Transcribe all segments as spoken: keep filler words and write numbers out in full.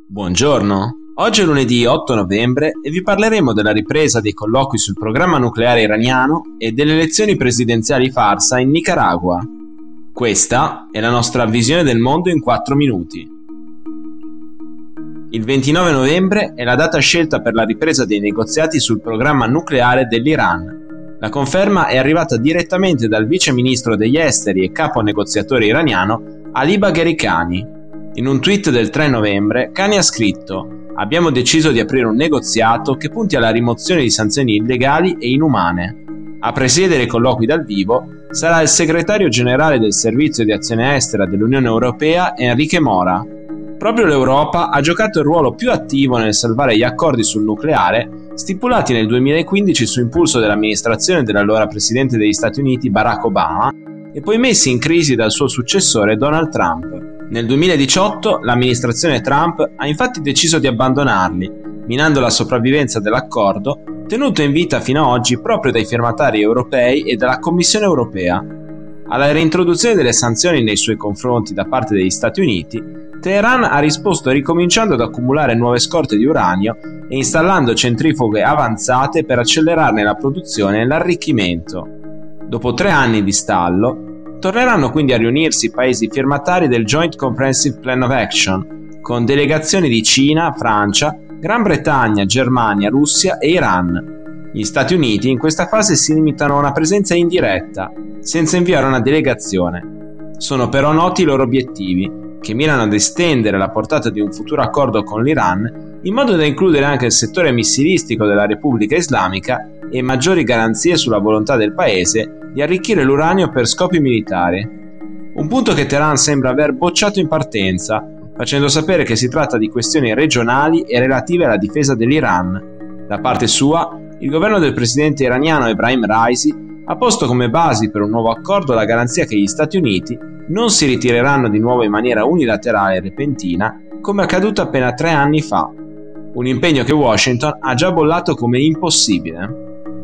Buongiorno, oggi è lunedì otto novembre e vi parleremo della ripresa dei colloqui sul programma nucleare iraniano e delle elezioni presidenziali farsa in Nicaragua. Questa è la nostra visione del mondo in quattro minuti. Il ventinove novembre è la data scelta per la ripresa dei negoziati sul programma nucleare dell'Iran. La conferma è arrivata direttamente dal vice ministro degli esteri e capo negoziatore iraniano Ali Bagheri Kani. In un tweet del tre novembre, Kani ha scritto: «Abbiamo deciso di aprire un negoziato che punti alla rimozione di sanzioni illegali e inumane». A presiedere i colloqui dal vivo sarà il segretario generale del Servizio di Azione Estera dell'Unione Europea, Enrique Mora. Proprio l'Europa ha giocato il ruolo più attivo nel salvare gli accordi sul nucleare stipulati nel duemilaquindici su impulso dell'amministrazione dell'allora presidente degli Stati Uniti Barack Obama e poi messi in crisi dal suo successore Donald Trump. Nel duemiladiciotto l'amministrazione Trump ha infatti deciso di abbandonarli, minando la sopravvivenza dell'accordo tenuto in vita fino ad oggi proprio dai firmatari europei e dalla Commissione europea. Alla reintroduzione delle sanzioni nei suoi confronti da parte degli Stati Uniti, Teheran ha risposto ricominciando ad accumulare nuove scorte di uranio e installando centrifughe avanzate per accelerarne la produzione e l'arricchimento. Dopo tre anni di stallo, torneranno quindi a riunirsi i paesi firmatari del Joint Comprehensive Plan of Action, con delegazioni di Cina, Francia, Gran Bretagna, Germania, Russia e Iran. Gli Stati Uniti in questa fase si limitano a una presenza indiretta, senza inviare una delegazione. Sono però noti i loro obiettivi, che mirano ad estendere la portata di un futuro accordo con l'Iran, in modo da includere anche il settore missilistico della Repubblica Islamica e maggiori garanzie sulla volontà del paese di arricchire l'uranio per scopi militari. Un punto che Teheran sembra aver bocciato in partenza, facendo sapere che si tratta di questioni regionali e relative alla difesa dell'Iran. Da parte sua, il governo del presidente iraniano Ebrahim Raisi ha posto come basi per un nuovo accordo la garanzia che gli Stati Uniti non si ritireranno di nuovo in maniera unilaterale e repentina, come accaduto appena tre anni fa. Un impegno che Washington ha già bollato come impossibile.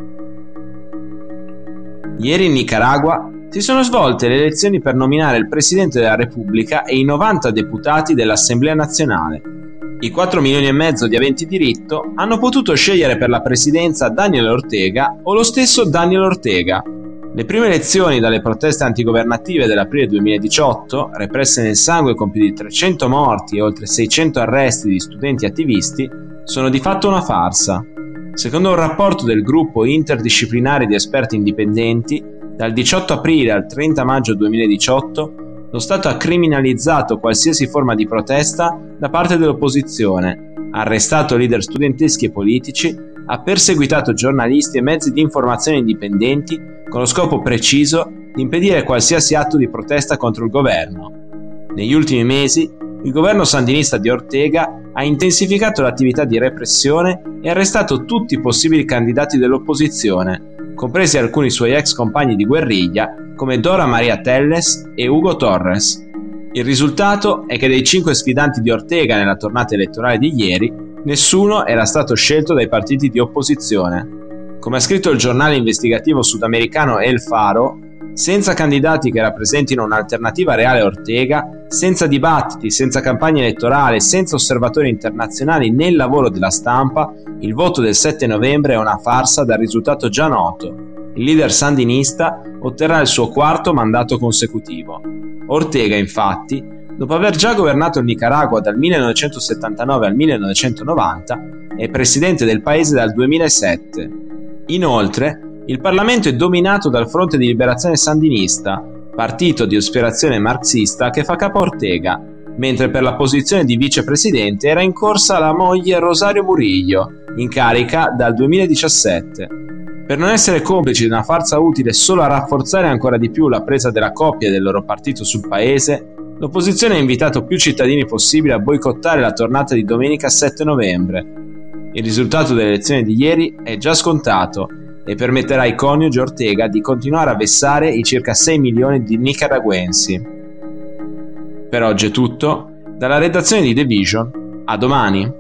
Ieri in Nicaragua si sono svolte le elezioni per nominare il Presidente della Repubblica e i novanta deputati dell'Assemblea nazionale. I quattro milioni e mezzo di aventi diritto hanno potuto scegliere per la presidenza Daniel Ortega o lo stesso Daniel Ortega. Le prime elezioni dalle proteste antigovernative dell'aprile duemiladiciotto, represse nel sangue con più di trecento morti e oltre seicento arresti di studenti attivisti, sono di fatto una farsa. Secondo un rapporto del gruppo interdisciplinare di esperti indipendenti, dal diciotto aprile al trenta maggio duemiladiciotto, lo Stato ha criminalizzato qualsiasi forma di protesta da parte dell'opposizione, ha arrestato leader studenteschi e politici, ha perseguitato giornalisti e mezzi di informazione indipendenti con lo scopo preciso di impedire qualsiasi atto di protesta contro il governo. Negli ultimi mesi, il governo sandinista di Ortega ha intensificato l'attività di repressione e arrestato tutti i possibili candidati dell'opposizione, compresi alcuni suoi ex compagni di guerriglia come Dora Maria Telles e Hugo Torres. Il risultato è che dei cinque sfidanti di Ortega nella tornata elettorale di ieri, nessuno era stato scelto dai partiti di opposizione. Come ha scritto il giornale investigativo sudamericano El Faro, senza candidati che rappresentino un'alternativa reale a Ortega, senza dibattiti, senza campagna elettorale, senza osservatori internazionali né lavoro della stampa, il voto del sette novembre è una farsa dal risultato già noto. Il leader sandinista otterrà il suo quarto mandato consecutivo. Ortega, infatti, dopo aver già governato il Nicaragua dal millenovecentosettantanove al millenovecentonovanta, è presidente del paese dal duemilasette. Inoltre, il Parlamento è dominato dal Fronte di Liberazione Sandinista, partito di ispirazione marxista che fa capo a Ortega, mentre per la posizione di vicepresidente era in corsa la moglie Rosario Murillo, in carica dal duemiladiciassette. Per non essere complici di una farsa utile solo a rafforzare ancora di più la presa della coppia e del loro partito sul paese, l'opposizione ha invitato più cittadini possibile a boicottare la tornata di domenica sette novembre. Il risultato delle elezioni di ieri è già scontato e permetterà ai coniugi Ortega di continuare a vessare i circa sei milioni di nicaraguensi. Per oggi è tutto, dalla redazione di The Vision, a domani!